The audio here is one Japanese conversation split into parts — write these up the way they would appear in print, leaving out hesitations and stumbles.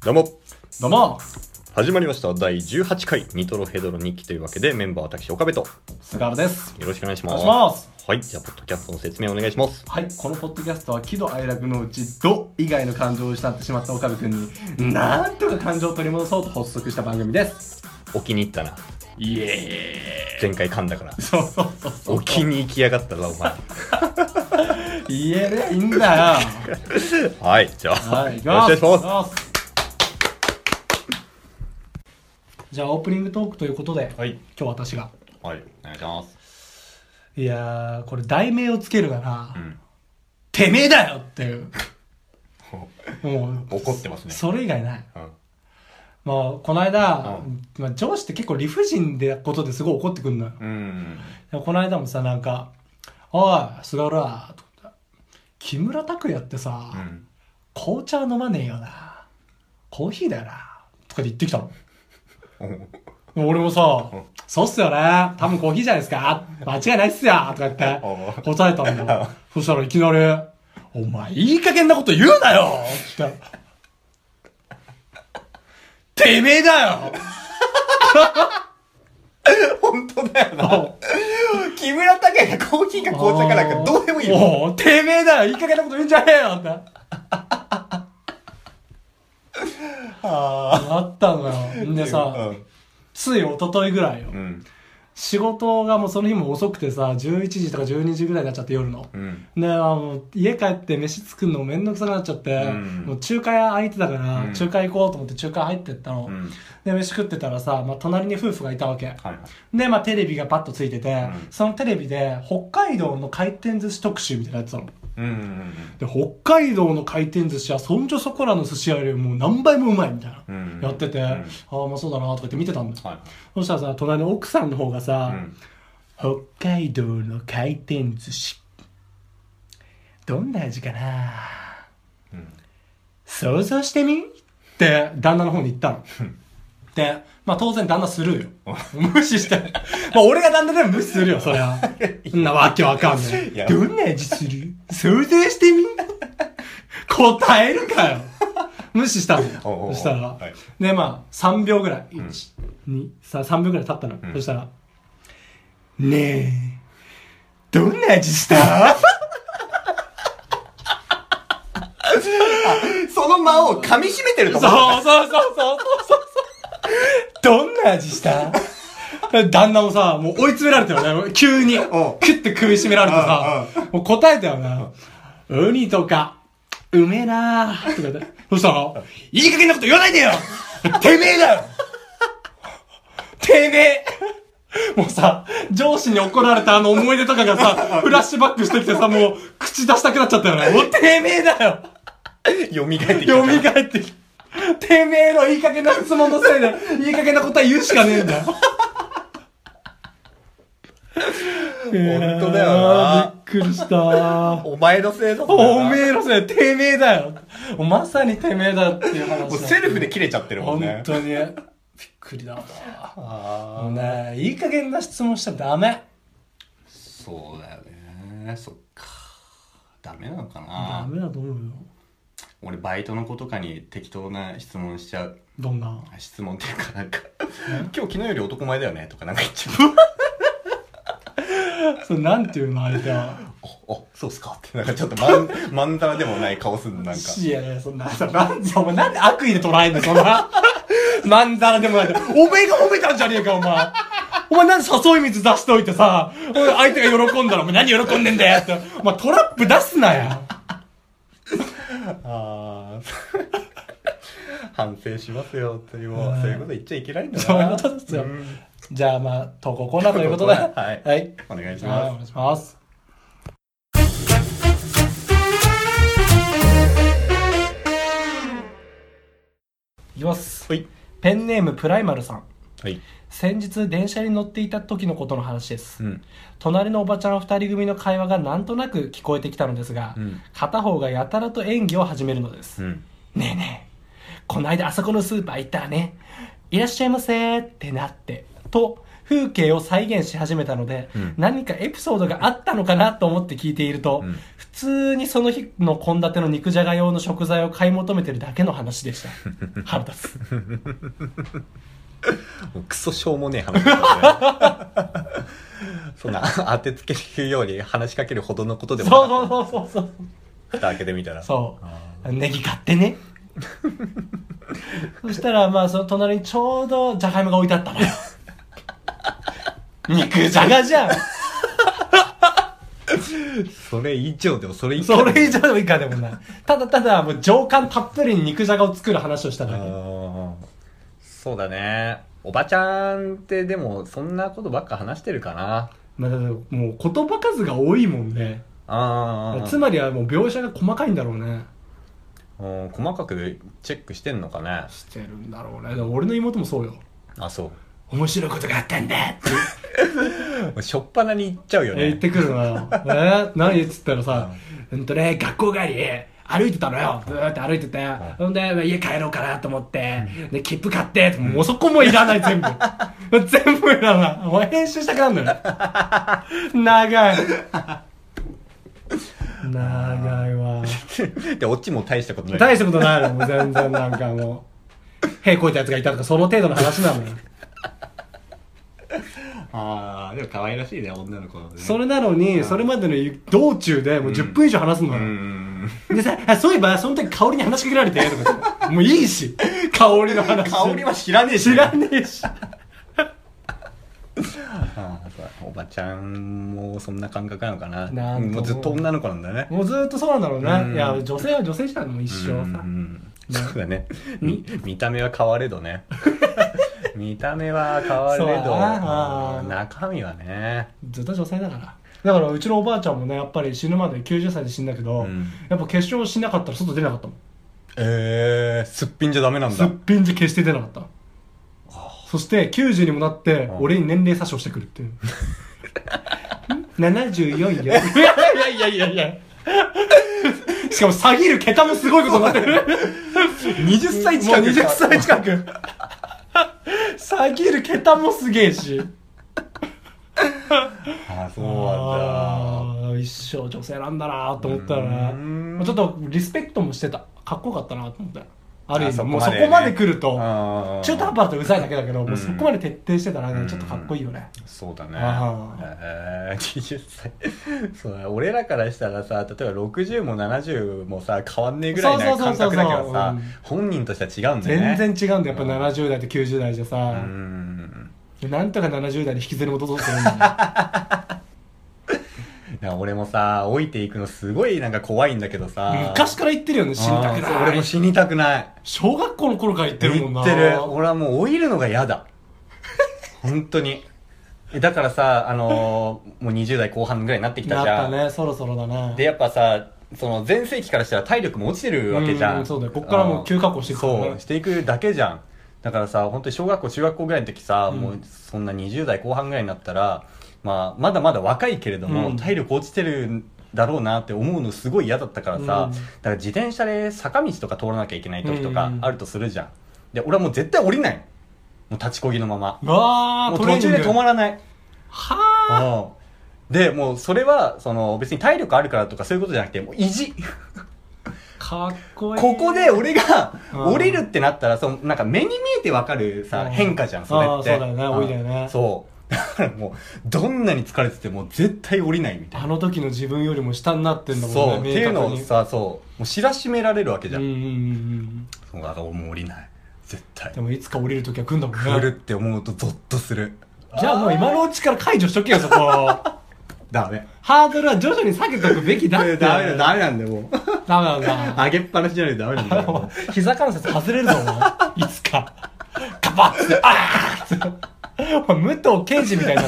どうもどうも始まりました第18回ニトロヘドロ日記というわけで、メンバー私岡部と菅原です。 よろしくお願いしおます。 願いします。 はい、じゃあポッドキャストの説明お願いします。 はい、このポッドキャストは喜怒哀楽のうち怒以外の感情を失ってしまった岡部君になんとか感情を取り戻そうと発足した番組です。 お気に入ったな。 イエ前回噛んだから。 ーイ。そうお気に行きやがったぞお前。 言えりゃいいんだよ。 はい、じゃあ、 はい、行きよろしくお願いしまます。 す。じゃあオープニングトークということで、 はい、 今日私がはい、お願いします。 いやーこれ題名をつけるなら、 うん。 てめえだよっていうもう怒ってますね。 それ以外ない。 うん。 この間、上司って結構理不尽でことですごい怒ってくるのよ。でもこの間もさ、なんか、おい、菅原、とか木村拓哉ってさ、紅茶飲まねえよな。コーヒーだよな。とかで言ってきたの。俺もさ、そうっすよね。多分コーヒーじゃないですか。間違いないっすよ。とか言って答えたんだよ。そしたらいきなり、お前いい加減なこと言うなよって。てめえだよ本当だよな。木村拓哉がコーヒーか紅茶かなんかどうでもいいよ。 もうてめえだよ、いい加減なこと言うんじゃねえよってあったのよ。でさ、つい一昨日ぐらいよ、仕事がもうその日も遅くてさ、11時とか12時ぐらいになっちゃって夜の、で家帰って飯作るのもめんどくさくなっちゃって、もう中華屋空いてたから、中華行こうと思って中華入ってったの、で飯食ってたらさ、隣に夫婦がいたわけ、でテレビがパッとついてて、そのテレビで北海道の回転寿司特集みたいなやつなの。で北海道の回転寿司はそんじょそこらの寿司屋よりも何倍もうまいみたいな、やってて、ああまあそうだなとか言って見てたんだよ、そしたらさ、隣の奥さんの方がさ、北海道の回転寿司どんな味かな、想像してみって旦那の方に言ったので、当然旦那スルーよ無視して俺が旦那でも無視するよ、そりゃそんなわけわかんないどんな味する想像してみ答えるかよ無視したのよ。そしたら、で3秒ぐらい、1、2、3秒ぐらい経ったの、そしたらねえどんな味したその間を噛み締めてると思う。 そうどんな味した旦那もさ、もう追い詰められたよね。急に。クッて首絞められてさ、もう答えたよな。ウニとか、うめえなーとかで。そしたら、いい加減なこと言わないでよてめえだよてめえもうさ、上司に怒られた思い出とかがさ、フラッシュバックしてきてさ、もう口出したくなっちゃったよね。もうてめえだよ蘇ってきた。 てめえのいい加減な質問のせいで、いい加減な答え言うしかねえんだよ。 本当だよな。 びっくりした。 お前のせいだ。 おめえのせい、てめえだよ。まさにてめえだっていう話。 もうセルフで切れちゃってるもんね。 本当に。びっくりだわ。もうね、いい加減な質問しちゃダメ。 そうだよね。そっか。ダメなのかな。 ダメだと思うよ。 俺バイトの子とかに適当な質問しちゃう。 どんな質問っていうかなんか今日昨日より男前だよねとかなんか言っちゃうそれなんていうの相手はそうっすかってなんかちょっとまんざらでもない顔するのなんかいやそんなお前なんで悪意で捉えんのそんなまんざらでもないお前が褒めたんじゃねえかお前なんで誘い水出しといてさ相手が喜んだらお前何喜んでんだよってお前トラップ出すなよ反省しますよっていうそういうこと言っちゃいけないんだな。 そういうことですよ、じゃあ投稿コーナーということではい、 お願いします。 お願いします。いきます。ペンネームプライマルさん。先日電車に乗っていた時のことの話です、隣のおばちゃん2人組の会話がなんとなく聞こえてきたのですが、片方がやたらと演技を始めるのです、ねえねえこの間あそこのスーパー行ったらねいらっしゃいませってなってと風景を再現し始めたので、何かエピソードがあったのかなと思って聞いていると、普通にその日の献立の肉じゃが用の食材を買い求めてるだけの話でした。腹立つ。 もうクソしょうもねえ話だね。そんな当てつけるように話しかけるほどのことでもなかった。 そう蓋開けてみたら、 そうネギ買ってね。そしたらまあその隣にちょうどじゃがいもが置いてあったのよ。肉じゃがじゃん。 それ以上でもそれ以下でもいいかでもない。ただもう情感たっぷりに肉じゃがを作る話をしただけ。 そうだね。おばちゃんってでもそんなことばっか話してるかな。 まあ、だからもう言葉数が多いもんね。つまりはもう描写が細かいんだろうね。 細かくチェックしてんのかね。 してるんだろうね。でも俺の妹もそうよ。 あ、そう。 面白いことがあったんだってしょっぱなに言っちゃうよね。 言ってくるのよ。何っつったらさ、学校帰り歩いてたのよ。ずーって歩いてて、ほんで家帰ろうかなと思って、で切符買って、もうそこもいらない全部。全部いらない。もう編集したくなるのよ。長いわ。 で、オチも大したことない。 大したことないの。もう全然なんかもう、へこいたやつがいたとかその程度の話なのよ。 でも可愛らしいね、女の子のね。 それなのに、それまでの道中でもう10分以上話すのよ。でさ、そういえばその時香りに話しかけられてとかもういいし、香りの話。 香りは知らねえし。おばちゃんもそんな感覚なのかな。もうずっと女の子なんだね。 もうずっとそうなんだろうね。いや、女性は女性じゃん、もう一生さ。 そうだね。見た目は変われどね。見た目は変われど、中身はね。 ずっと女性だから。だからうちのおばあちゃんもね、やっぱり死ぬまで90歳で死んだけど、やっぱ化粧しなかったら外出なかったもん。 すっぴんじゃダメなんだ。 すっぴんじゃ決して出なかった。そして90にもなって俺に年齢詐称してくるっていう。74よ。いや。しかも下げる桁もすごいことになってる。 20歳近く。 20歳近く。下げる桁もすげえし。 そうなんだ。一生女性なんだなと思ったらね。ちょっとリスペクトもしてた。かっこよかったなと思って。ある意味もうそこまで来ると中途半端だとうざいだけだけど、もうそこまで徹底してたらね、ちょっとかっこいいよね。 そうだね。20歳。そうだ、俺らからしたらさ、例えば60も70もさ変わんねえぐらいな感覚だけどさ、本人としては違うんだよね。 全然違うんだよ。やっぱ70代と90代じゃさ、なんとか70代に引きずり戻そうとするんだよ。 俺もさ、老いていくのすごいなんか怖いんだけどさ。 昔から言ってるよね、死にたくない。 俺も死にたくない。 小学校の頃から言ってるもんな。 言ってる。俺はもう老いるのが嫌だ。本当に。だからさ、もう20代後半ぐらいになってきたじゃん。 なったね、そろそろだね。 で、やっぱさ、その前世紀からしたら体力も落ちてるわけじゃん。 そうだよ。こっからもう急加工していくからね。 そう、していくだけじゃん。だからさ、本当に小学校、中学校ぐらいの時さ、もうそんな20代後半ぐらいになったら、まだまだ若いけれども、体力落ちてるだろうなって思うのすごい嫌だったからさ、だから自転車で坂道とか通らなきゃいけない時とかあるとするじゃん。で、俺はもう絶対降りない。もう立ちこぎのまま。もう途中で止まらない。で、もうそれは、別に体力あるからとかそういうことじゃなくて、もう意地。 かっこいい。 ここで俺が降りるってなったら、なんか目に見えてわかるさ、変化じゃん、それって。 そうだよね、多いだよね。 そう。だからもう、どんなに疲れてても絶対降りないみたいな。 あの時の自分よりも下になってんだもんね。 そう。っていうのをさ、もう知らしめられるわけじゃん。そう、だから俺もう降りない。絶対。 でもいつか降りる時は来るんだもんね。 来るって思うとゾッとする。 じゃあもう今のうちから解除しとけよ、そこ。 ダメ。 ハードルは徐々に下げておくべきだって。 ダメなんだよ、もう。 ダメなんだ。 上げっぱなしじゃないとダメなんだよ。 膝関節外れるぞ、お前。いつか。ガバッて、武藤刑事みたいになる。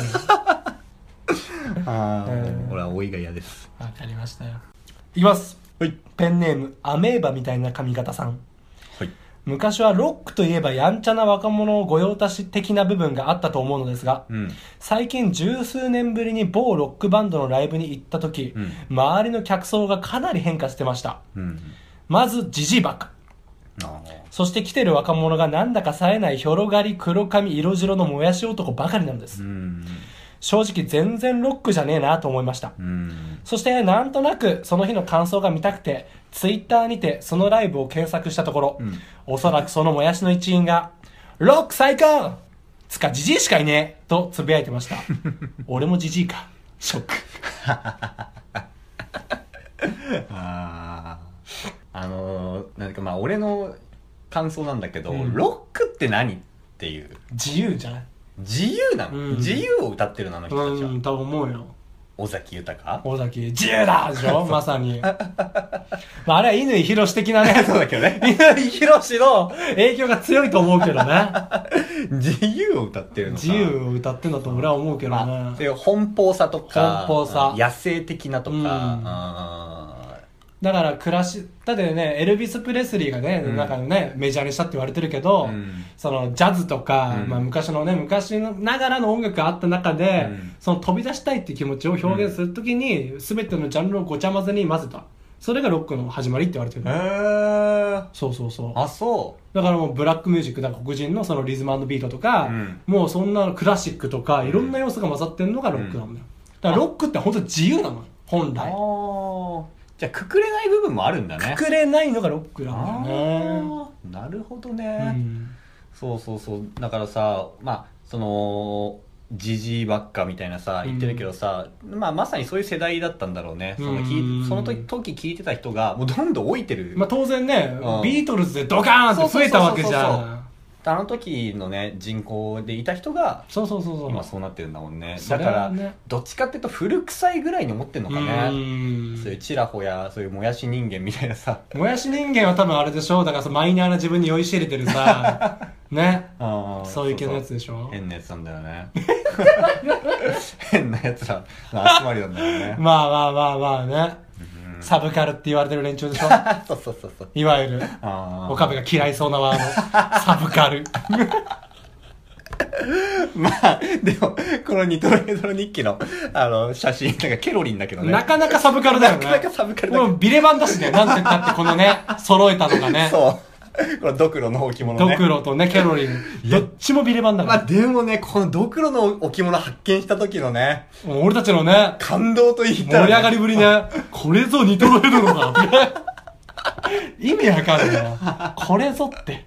俺は老いが嫌です。 わかりましたよ。いきます。 はい。 ペンネーム、アメーバみたいな髪型さん。 はい。 昔はロックといえばやんちゃな若者を御用達的な部分があったと思うのですが、最近十数年ぶりに某ロックバンドのライブに行った時、周りの客層がかなり変化してました。まずジジバカ。 そして来てる若者がなんだか冴えない広がり黒髪色白のもやし男ばかりなのです。正直全然ロックじゃねえなと思いました。そしてなんとなくその日の感想が見たくてツイッターにてそのライブを検索したところ、おそらくそのもやしの一員がロック最高つかジジイしかいねえとつぶやいてました。俺もジジイか。ショック。 なんかまあ俺の感想なんだけど、ロックって何っていう。 自由じゃない？ 自由なの、自由を歌ってるのあの人たちは。 多分思うよ。 尾崎豊尾崎自由だでしょまさに。まああれは乾ひろし的なね。 そうだけどね。 乾ひろしの影響が強いと思うけどね。 自由を歌ってるのか。 自由を歌ってんだと俺は思うけどね。 まあ、奔放さとか、 奔放さ、 野生的なとか、 だからだってね、エルビス・プレスリーがね、なんかね、メジャーにしたって言われてるけど、そのジャズとか、まあ昔のながらの音楽があった中で、その飛び出したいっていう気持ちを表現するときに、全てのジャンルをごちゃ混ぜに混ぜた。それがロックの始まりって言われてる。そうそうそう。 あ、そう。 だからもうブラックミュージック、だから黒人のそのリズム&ビートとか、もうそんなクラシックとか、いろんな要素が混ざってるのがロックなんだよ。だからロックって本当に自由なの、本来。 じゃあくくれない部分もあるんだね。 くくれないのがロックなんだよね。 なるほどね、そうそうそう。だからさ、まあそのジジイばっかみたいなさ言ってるけどさ、まあまさにそういう世代だったんだろうね。その時聞いてた人がもうどんどん老いてる。 まあ当然ね、ビートルズでドカーンって増えたわけじゃん。 あの時のね人口でいた人が今そうなってるんだもんね。だからどっちかっていうと古臭いぐらいに思ってんのかね。そういうチラホやそういうもやし人間みたいなさ。 もやし人間は多分あれでしょ。だからそのマイナーな自分に酔いしれてるさね、そういう系のやつでしょ。 変なやつなんだよね。変なやつらの集まりなんだよね。 まあね、サブカルって言われてる連中でしょ。 そういわゆる岡部が嫌いそうなワードサブカル。 まあでもこのニトロヘドロ日記の写真なんかケロリンだけどね。 なかなかサブカルだよね。 なかなかサブカルだけど、 もうビレバンだしね。なんて言ったってこのね揃えたのがね。 そうこのドクロの置物ね。 ドクロとねケロリンどっちもビレバンだから。 まあでもね、このドクロの置物発見した時のね、 俺たちのね感動と言ったら、 盛り上がりぶりね。これぞニトロヘドロだ意味わかるな。これぞって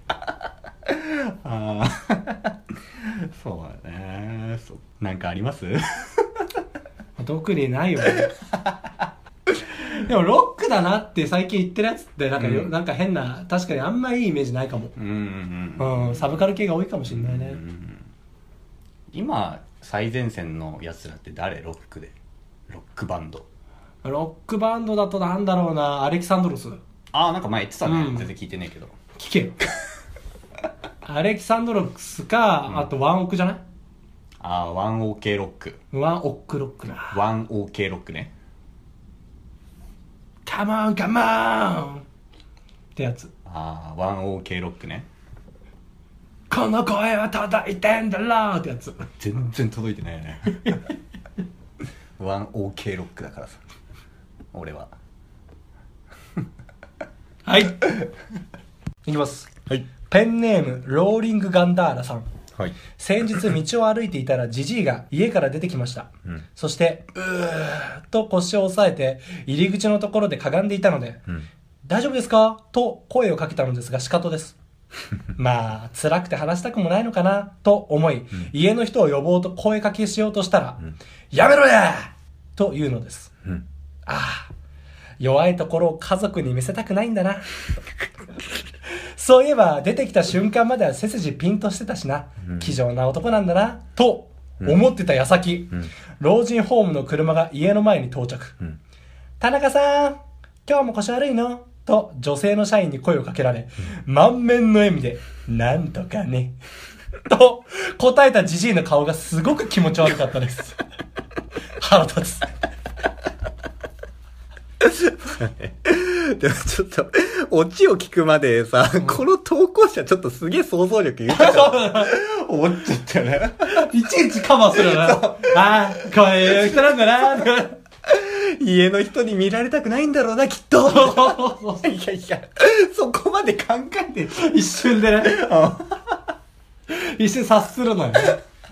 そうだね。なんかあります？ 特にないよね。でもロックだなって最近言ってるやつってなんか変な、確かにあんまいいイメージないかも。サブカル系が多いかもしれないね。 今最前線のやつらって誰？ロックでロックバンドだとなんだろうな。アレキサンドロス。 なんか前言ってたね、全然聞いてねえけど。 聞けよ。アレキサンドロスか、あとワンオクじゃない？ ワンオーケーロック。 ワンオックロックな。 ワンオーケーロックね。 カモンカモンってやつ。 ワンオーケーロックね。 この声は届いてんだろうってやつ。 全然届いてないよね。ワンオーケーロックだからさ俺は。 はいいきます。 はい。 ペンネームローリングガンダーラさん。 はい、 先日道を歩いていたらジジイが家から出てきました、そしてうーっと腰を押さえて入り口のところでかがんでいたので、大丈夫ですかと声をかけたのですが仕方です。まあ辛くて話したくもないのかなと思い、家の人を呼ぼうと声かけしようとしたら、やめろやと言うのです、弱いところを家族に見せたくないんだな。そういえば出てきた瞬間までは背筋ピンとしてたしな、気丈な男なんだなと思ってた矢先、老人ホームの車が家の前に到着、田中さん今日も腰悪いのと女性の社員に声をかけられ、満面の笑みでなんとかねと答えたジジイの顔がすごく気持ち悪かったです。腹立つ。 でもちょっとオチを聞くまでさ、この投稿者ちょっとすげえ想像力豊かだ思っちゃったよね。 いちいちカバーするよな。こういう人なんだな。 家の人に見られたくないんだろうな、きっと。いやいや、そこまで考えて一瞬でね。一瞬察するのよね。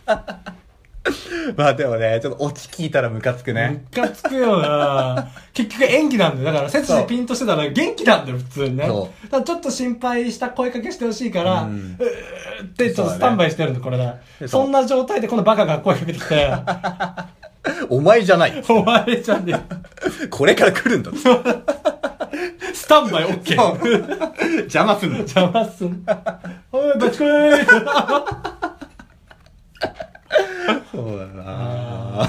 まあでもね、ちょっとオチ聞いたらムカつくね。 ムカつくよな。結局演技なんだよ。だから背筋ピンとしてたら元気なんだよ、普通にね。ただちょっと心配した声かけしてほしいから、ってちょっとスタンバイしてるんだ、これだ。そんな状態でこのバカが声かけてきて。 お前じゃない。 お前じゃねえ。これから来るんだ。 スタンバイ OK。 邪魔すんの。 邪魔すん。おい、バチコーイ。 そうだな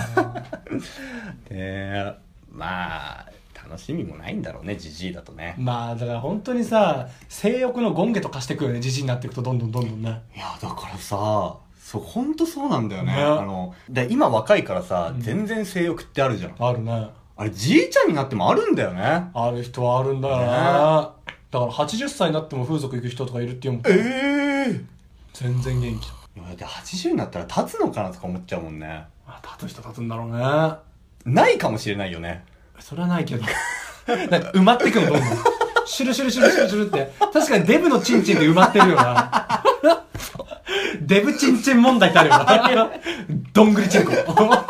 まあ楽しみもないんだろうね、ジジイだとね。 まあだから本当にさ、性欲の権化と化してくよね、ジジイになっていくとどんどんね。 いやだからさ、本当そうなんだよね。で今若いからさ、全然性欲ってあるじゃん。 あるね。 あれじいちゃんになってもあるんだよね。 ある人はあるんだよね。だから80歳になっても風俗行く人とかいるっていうもん。全然元気だ。 だって80になったら立つのかなとか思っちゃうもんね。 立つ人立つんだろうね。 ないかもしれないよね。 それはないけど。なんか埋まってくのどんどん。シュルシュルシュルシュルシュルって。確かにデブのチンチンで埋まってるよな。デブチンチン問題ってあるよな。どんぐりチンコ。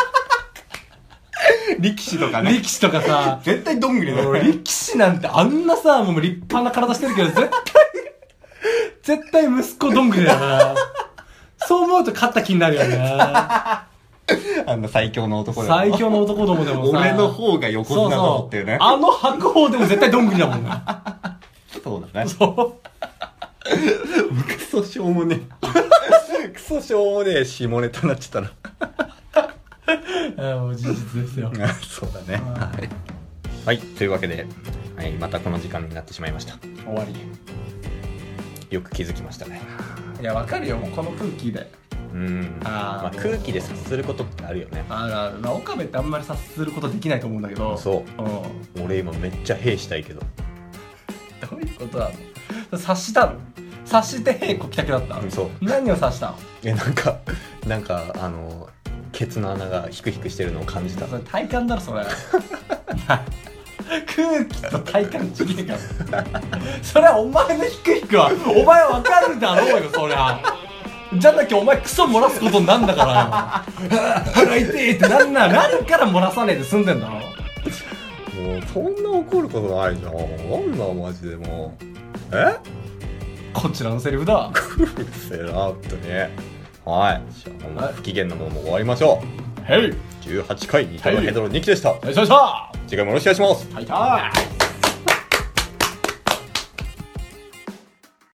力士とかね。 力士とかさ。 絶対どんぐりだよ。 力士なんてあんなさ、もう立派な体してるけど、絶対息子どんぐりだよな。そう思うと勝った気になるよね。 あんな最強の男でも。最強の男どもでもさ。 俺の方が横綱だぞっていうね。 あの白鵬でも絶対どんぐりだもんな。 そうだね。そう。クソしょうもねえ。クソしょうもねえ下ネタになっちゃったな。 もう事実ですよ。 そうだね。はい。というわけで、はい、またこの時間になってしまいました。 終わり。 よく気づきましたね。 いや、わかるよ、もうこの空気で。 まあ、空気で察することってあるよね。 岡部ってあんまり察することできないと思うんだけど。 そう。俺今めっちゃ兵したいけど。 どういうことなの？察したの？察して兵こきたくなった？ そう。 何を察したの？ なんかケツの穴がヒクヒクしてるのを感じた。 それ体感だろそれ。空気と体感違えからそれはお前のヒクヒクはお前は分かるだろうよ、そりゃ。じゃなきゃお前クソ漏らすことになんだから腹痛いってなんならから漏らさねえで済んでんだろ。 もうそんな怒ることないじゃん。なんだマジでもう。 こちらのセリフだ。 うるせえな、ほんとに。はい。じゃあ不機嫌なものも終わりましょう。 へい。 18回ニトロヘドロ2期でした。 よいしょ。 次回もよろしくお願いします。 はい。